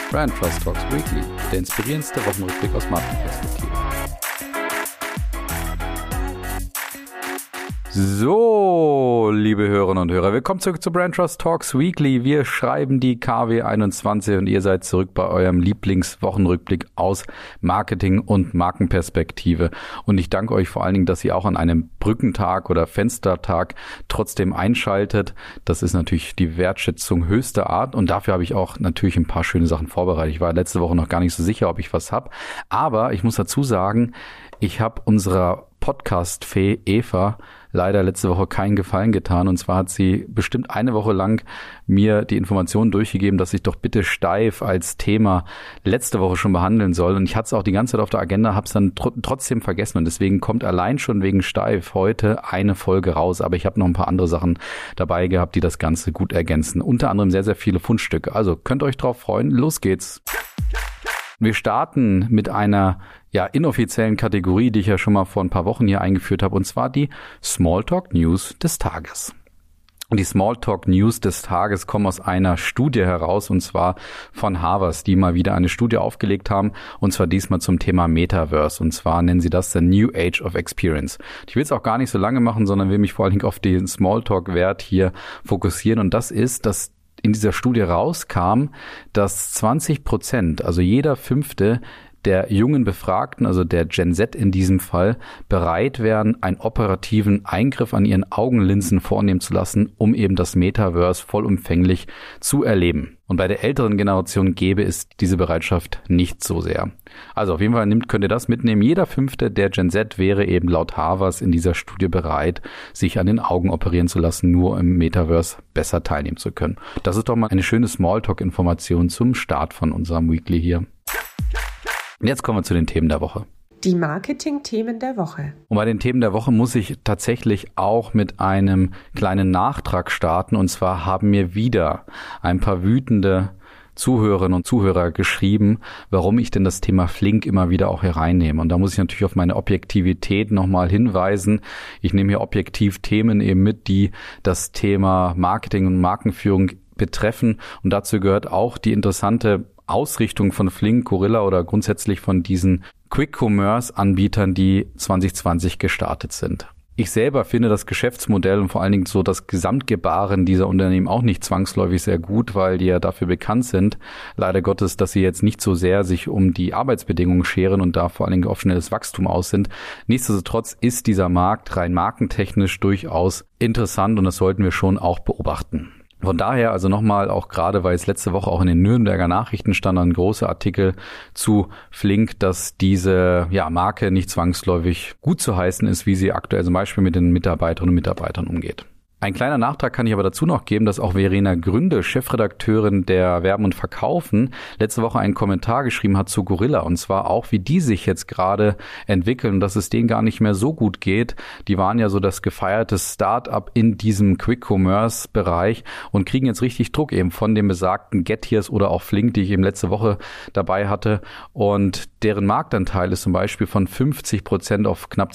Brand Trust Talks Weekly, der inspirierendste Wochenrückblick aus Markenperspektive. So, liebe Hörerinnen und Hörer, willkommen zurück zu Brand Trust Talks Weekly. Wir schreiben die KW 21 und ihr seid zurück bei eurem Lieblingswochenrückblick aus Marketing- und Markenperspektive. Und ich danke euch vor allen Dingen, dass ihr auch an einem Brückentag oder Fenstertag trotzdem einschaltet. Das ist natürlich die Wertschätzung höchster Art und dafür habe ich auch natürlich ein paar schöne Sachen vorbereitet. Ich war letzte Woche noch gar nicht so sicher, ob ich was habe, aber ich muss dazu sagen, ich habe unserer Podcast-Fee Eva leider letzte Woche keinen Gefallen getan. Und zwar hat sie bestimmt eine Woche lang mir die Informationen durchgegeben, dass ich doch bitte steif als Thema letzte Woche schon behandeln soll. Und ich hatte es auch die ganze Zeit auf der Agenda, habe es dann trotzdem vergessen. Und deswegen kommt allein schon wegen steif heute eine Folge raus. Aber ich habe noch ein paar andere Sachen dabei gehabt, die das Ganze gut ergänzen. Unter anderem sehr, sehr viele Fundstücke. Also könnt ihr euch drauf freuen. Los geht's. Wir starten mit einer inoffiziellen Kategorie, die ich ja schon mal vor ein paar Wochen hier eingeführt habe, und zwar die Smalltalk News des Tages. Und die Smalltalk News des Tages kommen aus einer Studie heraus, und zwar von Harvard, die mal wieder eine Studie aufgelegt haben, und zwar diesmal zum Thema Metaverse. Und zwar nennen sie das The New Age of Experience. Ich will es auch gar nicht so lange machen, sondern will mich vor allen Dingen auf den Smalltalk-Wert hier fokussieren. Und das ist, dass in dieser Studie rauskam, dass 20%, also jeder Fünfte der jungen Befragten, also der Gen Z in diesem Fall, bereit wären, einen operativen Eingriff an ihren Augenlinsen vornehmen zu lassen, um eben das Metaverse vollumfänglich zu erleben. Und bei der älteren Generation gäbe es diese Bereitschaft nicht so sehr. Also auf jeden Fall könnt ihr das mitnehmen. Jeder Fünfte der Gen Z wäre eben laut Harvard in dieser Studie bereit, sich an den Augen operieren zu lassen, nur im Metaverse besser teilnehmen zu können. Das ist doch mal eine schöne Smalltalk-Information zum Start von unserem Weekly hier. Und jetzt kommen wir zu den Themen der Woche. Die Marketing-Themen der Woche. Und bei den Themen der Woche muss ich tatsächlich auch mit einem kleinen Nachtrag starten. Und zwar haben mir wieder ein paar wütende Zuhörerinnen und Zuhörer geschrieben, warum ich denn das Thema Flink immer wieder auch hereinnehme. Und da muss ich natürlich auf meine Objektivität nochmal hinweisen. Ich nehme hier objektiv Themen eben mit, die das Thema Marketing und Markenführung betreffen. Und dazu gehört auch die interessante Ausrichtung von Flink, Gorilla oder grundsätzlich von diesen Quick-Commerce-Anbietern, die 2020 gestartet sind. Ich selber finde das Geschäftsmodell und vor allen Dingen so das Gesamtgebaren dieser Unternehmen auch nicht zwangsläufig sehr gut, weil die ja dafür bekannt sind, leider Gottes, dass sie jetzt nicht so sehr sich um die Arbeitsbedingungen scheren und da vor allen Dingen auf schnelles Wachstum aus sind. Nichtsdestotrotz ist dieser Markt rein markentechnisch durchaus interessant und das sollten wir schon auch beobachten. Von daher also nochmal, auch gerade, weil es letzte Woche auch in den Nürnberger Nachrichten stand, ein großer Artikel zu Flink, dass diese Marke nicht zwangsläufig gut zu heißen ist, wie sie aktuell zum Beispiel mit den Mitarbeiterinnen und Mitarbeitern umgeht. Ein kleiner Nachtrag kann ich aber dazu noch geben, dass auch Verena Gründe, Chefredakteurin der Werben und Verkaufen, letzte Woche einen Kommentar geschrieben hat zu Gorilla, und zwar auch, wie die sich jetzt gerade entwickeln und dass es denen gar nicht mehr so gut geht. Die waren ja so das gefeierte Start-up in diesem Quick-Commerce-Bereich und kriegen jetzt richtig Druck eben von den besagten Gettiers oder auch Flink, die ich eben letzte Woche dabei hatte, und deren Marktanteil ist zum Beispiel von 50% auf knapp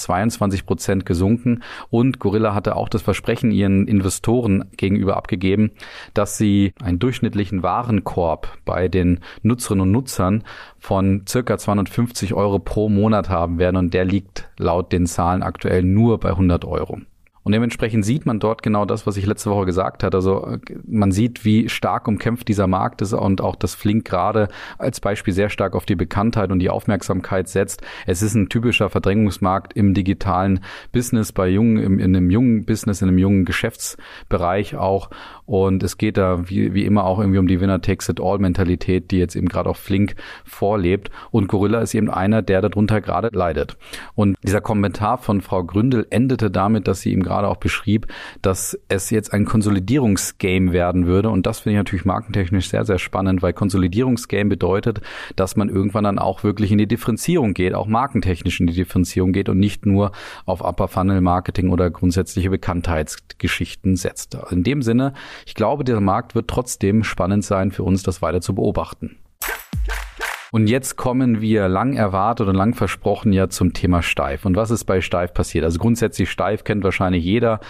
22% gesunken und Gorilla hatte auch das Versprechen ihren Investoren gegenüber abgegeben, dass sie einen durchschnittlichen Warenkorb bei den Nutzerinnen und Nutzern von circa 250 € pro Monat haben werden und der liegt laut den Zahlen aktuell nur bei 100 €. Und dementsprechend sieht man dort genau das, was ich letzte Woche gesagt hatte. Also man sieht, wie stark umkämpft dieser Markt ist und auch, dass Flink gerade als Beispiel sehr stark auf die Bekanntheit und die Aufmerksamkeit setzt. Es ist ein typischer Verdrängungsmarkt im digitalen Business, in einem jungen Business, in einem jungen Geschäftsbereich auch. Und es geht da wie immer auch irgendwie um die Winner-Takes-it-all-Mentalität, die jetzt eben gerade auch Flink vorlebt. Und Gorilla ist eben einer, der darunter gerade leidet. Und dieser Kommentar von Frau Gründel endete damit, dass sie ihm gerade auch beschrieb, dass es jetzt ein Konsolidierungsgame werden würde. Und das finde ich natürlich markentechnisch sehr, sehr spannend, weil Konsolidierungsgame bedeutet, dass man irgendwann dann auch wirklich in die Differenzierung geht, auch markentechnisch in die Differenzierung geht und nicht nur auf Upper-Funnel-Marketing oder grundsätzliche Bekanntheitsgeschichten setzt. In dem Sinne, ich glaube, der Markt wird trotzdem spannend sein für uns, das weiter zu beobachten. Und jetzt kommen wir lang erwartet und lang versprochen ja zum Thema Steif. Und was ist bei Steif passiert? Also grundsätzlich Steif kennt wahrscheinlich jeder.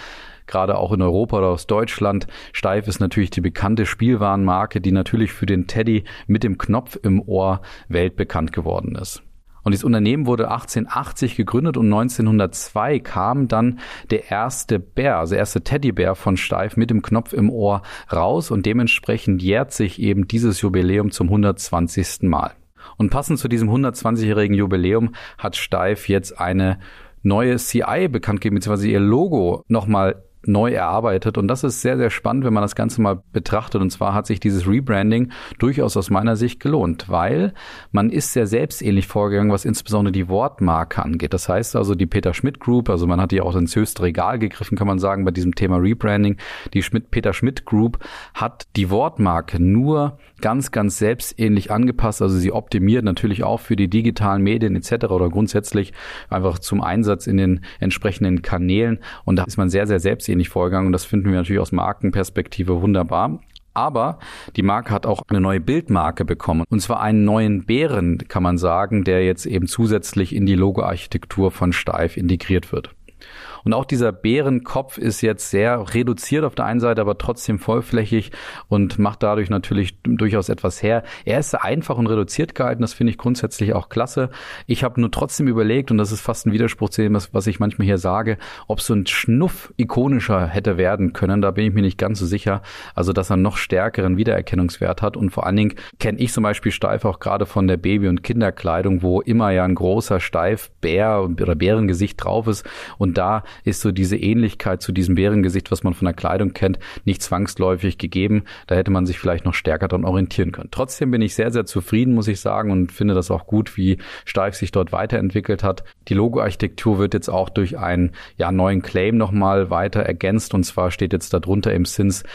gerade auch in Europa oder aus Deutschland. Steiff ist natürlich die bekannte Spielwarenmarke, die natürlich für den Teddy mit dem Knopf im Ohr weltbekannt geworden ist. Und dieses Unternehmen wurde 1880 gegründet und 1902 kam dann der erste Bär, also der erste Teddybär von Steiff mit dem Knopf im Ohr raus und dementsprechend jährt sich eben dieses Jubiläum zum 120. Mal. Und passend zu diesem 120-jährigen Jubiläum hat Steiff jetzt eine neue CI bekannt gegeben, beziehungsweise ihr Logo nochmal neu erarbeitet. Und das ist sehr, sehr spannend, wenn man das Ganze mal betrachtet. Und zwar hat sich dieses Rebranding durchaus aus meiner Sicht gelohnt, weil man ist sehr selbstähnlich vorgegangen, was insbesondere die Wortmarke angeht. Das heißt also die Peter Schmidt Group, also man hat die auch ins höchste Regal gegriffen, kann man sagen, bei diesem Thema Rebranding. Die Peter Schmidt Group hat die Wortmarke nur ganz, ganz selbstähnlich angepasst. Also sie optimiert natürlich auch für die digitalen Medien etc. oder grundsätzlich einfach zum Einsatz in den entsprechenden Kanälen. Und da ist man sehr, sehr selbstähnlich vorgegangen und das finden wir natürlich aus Markenperspektive wunderbar. Aber die Marke hat auch eine neue Bildmarke bekommen. Und zwar einen neuen Bären, kann man sagen, der jetzt eben zusätzlich in die Logoarchitektur von Steiff integriert wird. Und auch dieser Bärenkopf ist jetzt sehr reduziert auf der einen Seite, aber trotzdem vollflächig und macht dadurch natürlich durchaus etwas her. Er ist sehr einfach und reduziert gehalten, das finde ich grundsätzlich auch klasse. Ich habe nur trotzdem überlegt, und das ist fast ein Widerspruch zu dem, was ich manchmal hier sage, ob so ein Schnuff ikonischer hätte werden können, da bin ich mir nicht ganz so sicher. Also, dass er noch stärkeren Wiedererkennungswert hat und vor allen Dingen kenne ich zum Beispiel Steiff auch gerade von der Baby- und Kinderkleidung, wo immer ja ein großer Steiff-Bär oder Bärengesicht drauf ist und da ist so diese Ähnlichkeit zu diesem Bärengesicht, was man von der Kleidung kennt, nicht zwangsläufig gegeben. Da hätte man sich vielleicht noch stärker dran orientieren können. Trotzdem bin ich sehr, sehr zufrieden, muss ich sagen, und finde das auch gut, wie Steiff sich dort weiterentwickelt hat. Die Logoarchitektur wird jetzt auch durch einen neuen Claim nochmal weiter ergänzt, und zwar steht jetzt darunter im Since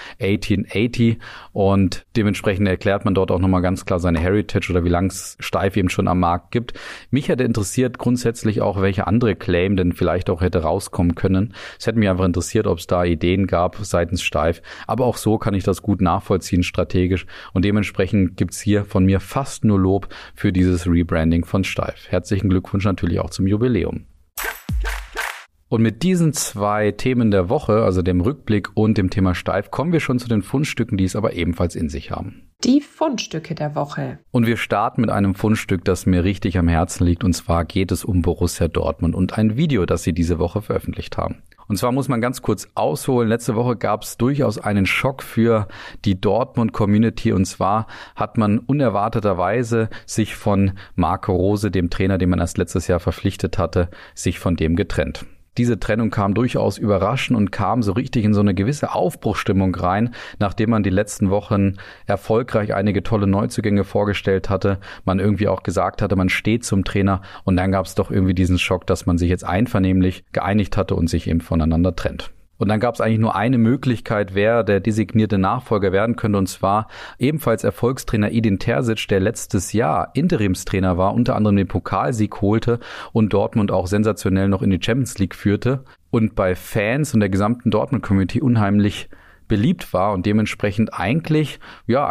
1880 und dementsprechend erklärt man dort auch nochmal ganz klar seine Heritage oder wie lange es Steiff eben schon am Markt gibt. Mich hätte interessiert grundsätzlich auch, welche andere Claim denn vielleicht auch hätte rauskommen können. Es hätte mich einfach interessiert, ob es da Ideen gab seitens Steiff. Aber auch so kann ich das gut nachvollziehen strategisch. Und dementsprechend gibt's hier von mir fast nur Lob für dieses Rebranding von Steiff. Herzlichen Glückwunsch natürlich auch zum Jubiläum. Und mit diesen zwei Themen der Woche, also dem Rückblick und dem Thema Steiff, kommen wir schon zu den Fundstücken, die es aber ebenfalls in sich haben. Die Fundstücke der Woche. Und wir starten mit einem Fundstück, das mir richtig am Herzen liegt. Und zwar geht es um Borussia Dortmund und ein Video, das sie diese Woche veröffentlicht haben. Und zwar muss man ganz kurz ausholen. Letzte Woche gab es durchaus einen Schock für die Dortmund-Community. Und zwar hat man unerwarteterweise sich von Marco Rose, dem Trainer, den man erst letztes Jahr verpflichtet hatte, sich von dem getrennt. Diese Trennung kam durchaus überraschend und kam so richtig in so eine gewisse Aufbruchsstimmung rein, nachdem man die letzten Wochen erfolgreich einige tolle Neuzugänge vorgestellt hatte, man irgendwie auch gesagt hatte, man steht zum Trainer, und dann gab es doch irgendwie diesen Schock, dass man sich jetzt einvernehmlich geeinigt hatte und sich eben voneinander trennt. Und dann gab es eigentlich nur eine Möglichkeit, wer der designierte Nachfolger werden könnte, und zwar ebenfalls Erfolgstrainer Edin Terzic, der letztes Jahr Interimstrainer war, unter anderem den Pokalsieg holte und Dortmund auch sensationell noch in die Champions League führte und bei Fans und der gesamten Dortmund-Community unheimlich beliebt war und dementsprechend eigentlich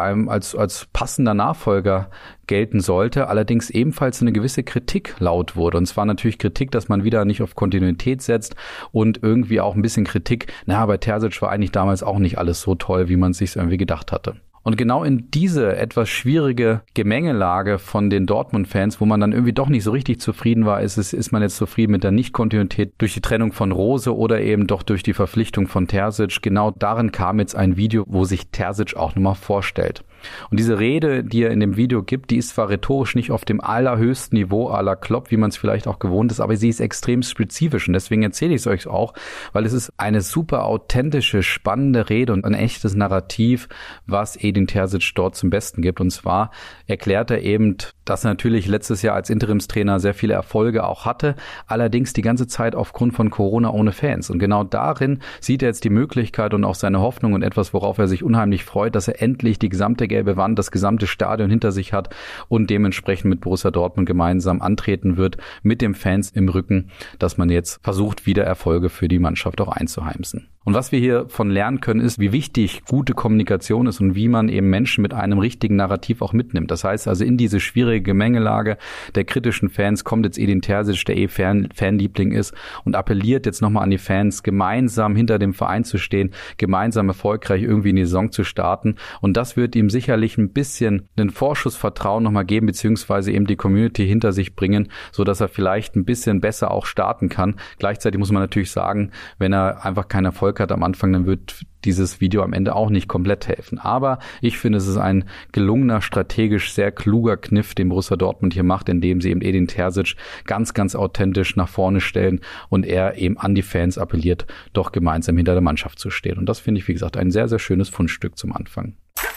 als passender Nachfolger gelten sollte, allerdings ebenfalls eine gewisse Kritik laut wurde. Und zwar natürlich Kritik, dass man wieder nicht auf Kontinuität setzt und irgendwie auch ein bisschen Kritik, bei Terzic war eigentlich damals auch nicht alles so toll, wie man es sich irgendwie gedacht hatte. Und genau in diese etwas schwierige Gemengelage von den Dortmund-Fans, wo man dann irgendwie doch nicht so richtig zufrieden war, ist man jetzt zufrieden mit der Nicht-Kontinuität durch die Trennung von Rose oder eben doch durch die Verpflichtung von Terzic. Genau darin kam jetzt ein Video, wo sich Terzic auch nochmal vorstellt. Und diese Rede, die er in dem Video gibt, die ist zwar rhetorisch nicht auf dem allerhöchsten Niveau à la Klopp, wie man es vielleicht auch gewohnt ist, aber sie ist extrem spezifisch und deswegen erzähle ich es euch auch, weil es ist eine super authentische, spannende Rede und ein echtes Narrativ, was Edin Terzic dort zum Besten gibt. Und zwar erklärt er eben, dass er natürlich letztes Jahr als Interimstrainer sehr viele Erfolge auch hatte, allerdings die ganze Zeit aufgrund von Corona ohne Fans. Und genau darin sieht er jetzt die Möglichkeit und auch seine Hoffnung und etwas, worauf er sich unheimlich freut, dass er endlich die gesamte gelbe Wand, das gesamte Stadion hinter sich hat und dementsprechend mit Borussia Dortmund gemeinsam antreten wird, mit den Fans im Rücken, dass man jetzt versucht, wieder Erfolge für die Mannschaft auch einzuheimsen. Und was wir hier von lernen können, ist, wie wichtig gute Kommunikation ist und wie man eben Menschen mit einem richtigen Narrativ auch mitnimmt. Das heißt also, in diese schwierige Gemengelage der kritischen Fans kommt jetzt Edin Terzic, der Fanliebling ist, und appelliert jetzt nochmal an die Fans, gemeinsam hinter dem Verein zu stehen, gemeinsam erfolgreich irgendwie in die Saison zu starten. Und das wird ihm sicherlich ein bisschen einen Vorschuss Vertrauen nochmal geben, beziehungsweise eben die Community hinter sich bringen, so dass er vielleicht ein bisschen besser auch starten kann. Gleichzeitig muss man natürlich sagen, wenn er einfach keinen Erfolg hat am Anfang, dann wird dieses Video am Ende auch nicht komplett helfen. Aber ich finde, es ist ein gelungener, strategisch sehr kluger Kniff, den Borussia Dortmund hier macht, indem sie eben Edin Terzic ganz, ganz authentisch nach vorne stellen und er eben an die Fans appelliert, doch gemeinsam hinter der Mannschaft zu stehen. Und das finde ich, wie gesagt, ein sehr, sehr schönes Fundstück zum Anfang.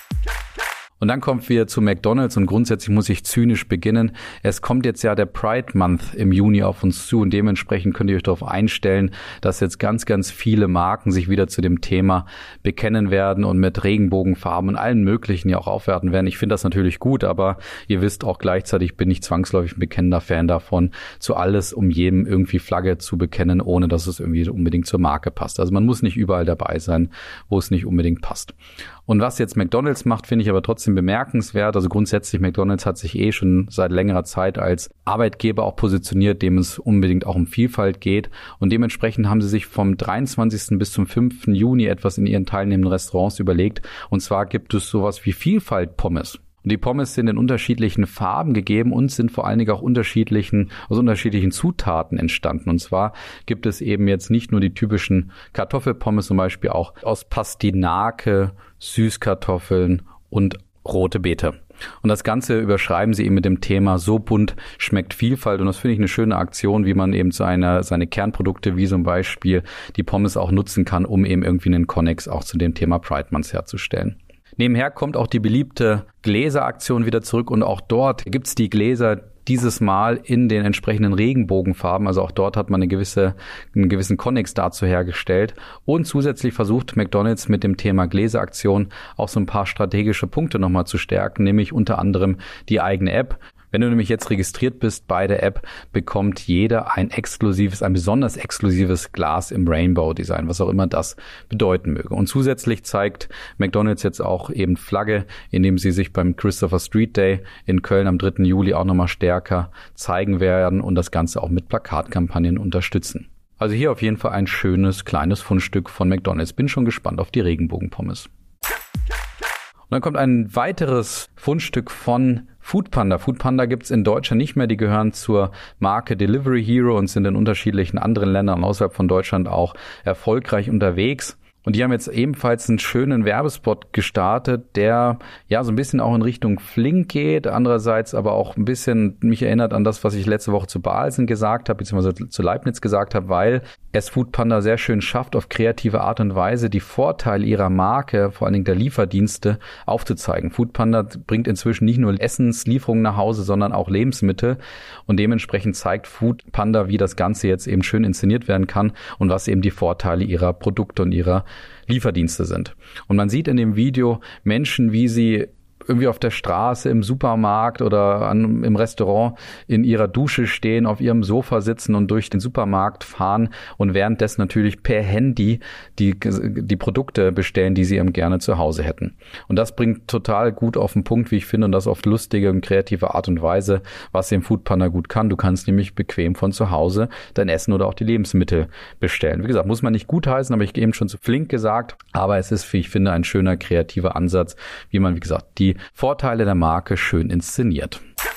Und dann kommen wir zu McDonald's und grundsätzlich muss ich zynisch beginnen. Es kommt jetzt ja der Pride Month im Juni auf uns zu und dementsprechend könnt ihr euch darauf einstellen, dass jetzt ganz, ganz viele Marken sich wieder zu dem Thema bekennen werden und mit Regenbogenfarben und allen möglichen ja auch aufwerten werden. Ich finde das natürlich gut, aber ihr wisst auch gleichzeitig bin ich zwangsläufig ein bekennender Fan davon, zu alles um jedem irgendwie Flagge zu bekennen, ohne dass es irgendwie unbedingt zur Marke passt. Also man muss nicht überall dabei sein, wo es nicht unbedingt passt. Und was jetzt McDonald's macht, finde ich aber trotzdem bemerkenswert. Also grundsätzlich, McDonald's hat sich schon seit längerer Zeit als Arbeitgeber auch positioniert, dem es unbedingt auch um Vielfalt geht. Und dementsprechend haben sie sich vom 23. bis zum 5. Juni etwas in ihren teilnehmenden Restaurants überlegt. Und zwar gibt es sowas wie Vielfalt-Pommes. Und die Pommes sind in unterschiedlichen Farben gegeben und sind vor allen Dingen auch aus unterschiedlichen Zutaten entstanden. Und zwar gibt es eben jetzt nicht nur die typischen Kartoffelpommes, zum Beispiel auch aus Pastinake, Süßkartoffeln und rote Beete. Und das Ganze überschreiben sie eben mit dem Thema "So bunt schmeckt Vielfalt". Und das finde ich eine schöne Aktion, wie man eben seine Kernprodukte wie zum Beispiel die Pommes auch nutzen kann, um eben irgendwie einen Connex auch zu dem Thema Pride Month herzustellen. Nebenher kommt auch die beliebte Gläseraktion wieder zurück und auch dort gibt's die Gläser dieses Mal in den entsprechenden Regenbogenfarben. Also auch dort hat man einen gewissen Connex dazu hergestellt. Und zusätzlich versucht McDonald's mit dem Thema Gläseraktion auch so ein paar strategische Punkte nochmal zu stärken, nämlich unter anderem die eigene App. Wenn du nämlich jetzt registriert bist bei der App, bekommt jeder ein besonders exklusives Glas im Rainbow-Design, was auch immer das bedeuten möge. Und zusätzlich zeigt McDonald's jetzt auch eben Flagge, indem sie sich beim Christopher Street Day in Köln am 3. Juli auch nochmal stärker zeigen werden und das Ganze auch mit Plakatkampagnen unterstützen. Also hier auf jeden Fall ein schönes, kleines Fundstück von McDonald's. Bin schon gespannt auf die Regenbogenpommes. Und dann kommt ein weiteres Fundstück von Foodpanda. Foodpanda gibt's in Deutschland nicht mehr. Die gehören zur Marke Delivery Hero und sind in unterschiedlichen anderen Ländern außerhalb von Deutschland auch erfolgreich unterwegs. Und die haben jetzt ebenfalls einen schönen Werbespot gestartet, der ja so ein bisschen auch in Richtung Flink geht, andererseits aber auch ein bisschen mich erinnert an das, was ich letzte Woche zu Balsen gesagt habe, beziehungsweise zu Leibniz gesagt habe, weil es Foodpanda sehr schön schafft, auf kreative Art und Weise die Vorteile ihrer Marke, vor allen Dingen der Lieferdienste, aufzuzeigen. Foodpanda bringt inzwischen nicht nur Essenslieferungen nach Hause, sondern auch Lebensmittel und dementsprechend zeigt Foodpanda, wie das Ganze jetzt eben schön inszeniert werden kann und was eben die Vorteile ihrer Produkte und ihrer Lieferdienste sind. Und man sieht in dem Video Menschen, wie sie irgendwie auf der Straße, im Supermarkt oder im Restaurant in ihrer Dusche stehen, auf ihrem Sofa sitzen und durch den Supermarkt fahren und währenddessen natürlich per Handy die Produkte bestellen, die sie eben gerne zu Hause hätten. Und das bringt total gut auf den Punkt, wie ich finde, und das auf lustige und kreative Art und Weise, was dem Foodpanda gut kann. Du kannst nämlich bequem von zu Hause dein Essen oder auch die Lebensmittel bestellen. Wie gesagt, muss man nicht gutheißen, habe ich eben schon zu Flink gesagt, aber es ist, wie ich finde, ein schöner kreativer Ansatz, wie man, wie gesagt, die Vorteile der Marke schön inszeniert.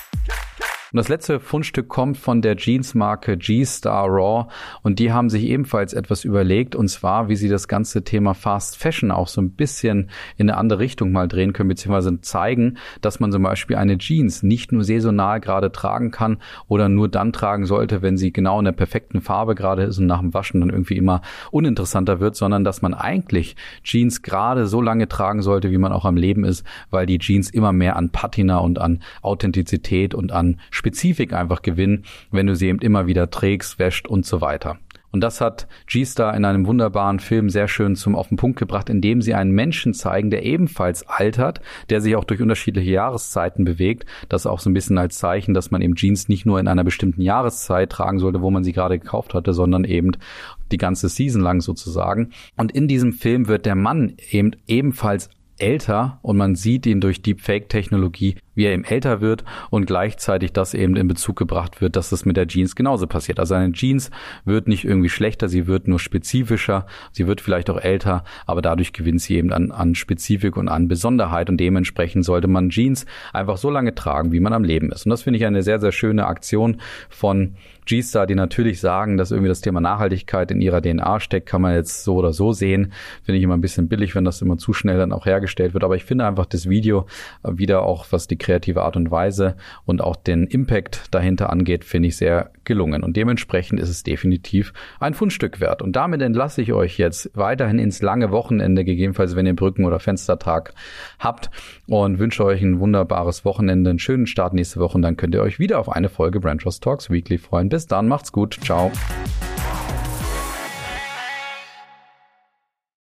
Und das letzte Fundstück kommt von der Jeans-Marke G-Star Raw und die haben sich ebenfalls etwas überlegt, und zwar, wie sie das ganze Thema Fast Fashion auch so ein bisschen in eine andere Richtung mal drehen können, beziehungsweise zeigen, dass man zum Beispiel eine Jeans nicht nur saisonal gerade tragen kann oder nur dann tragen sollte, wenn sie genau in der perfekten Farbe gerade ist und nach dem Waschen dann irgendwie immer uninteressanter wird, sondern dass man eigentlich Jeans gerade so lange tragen sollte, wie man auch am Leben ist, weil die Jeans immer mehr an Patina und an Authentizität und an Spezifik einfach gewinnen, wenn du sie eben immer wieder trägst, wäscht und so weiter. Und Und das hat G-Star in einem wunderbaren Film sehr schön auf den Punkt gebracht, indem sie einen Menschen zeigen, der ebenfalls altert, der sich auch durch unterschiedliche Jahreszeiten bewegt. Das auch so ein bisschen als Zeichen, dass man eben Jeans nicht nur in einer bestimmten Jahreszeit tragen sollte, wo man sie gerade gekauft hatte, sondern eben die ganze Season lang sozusagen. Und in diesem Film wird der Mann eben ebenfalls älter und man sieht ihn durch Deepfake-Technologie, wie er eben älter wird und gleichzeitig das eben in Bezug gebracht wird, dass das mit der Jeans genauso passiert. Also eine Jeans wird nicht irgendwie schlechter, sie wird nur spezifischer, sie wird vielleicht auch älter, aber dadurch gewinnt sie eben an Spezifik und an Besonderheit und dementsprechend sollte man Jeans einfach so lange tragen, wie man am Leben ist. Und das finde ich eine sehr, sehr schöne Aktion von G-Star, die natürlich sagen, dass irgendwie das Thema Nachhaltigkeit in ihrer DNA steckt, kann man jetzt so oder so sehen. Finde ich immer ein bisschen billig, wenn das immer zu schnell dann auch hergestellt wird. Aber ich finde einfach das Video wieder auch, was die kreative Art und Weise und auch den Impact dahinter angeht, finde ich sehr gelungen. Und dementsprechend ist es definitiv ein Fundstück wert. Und damit entlasse ich euch jetzt weiterhin ins lange Wochenende, gegebenenfalls wenn ihr Brücken- oder Fenstertag habt und wünsche euch ein wunderbares Wochenende, einen schönen Start nächste Woche und dann könnt ihr euch wieder auf eine Folge Brand Trust Talks Weekly freuen. Bis dann, macht's gut, ciao.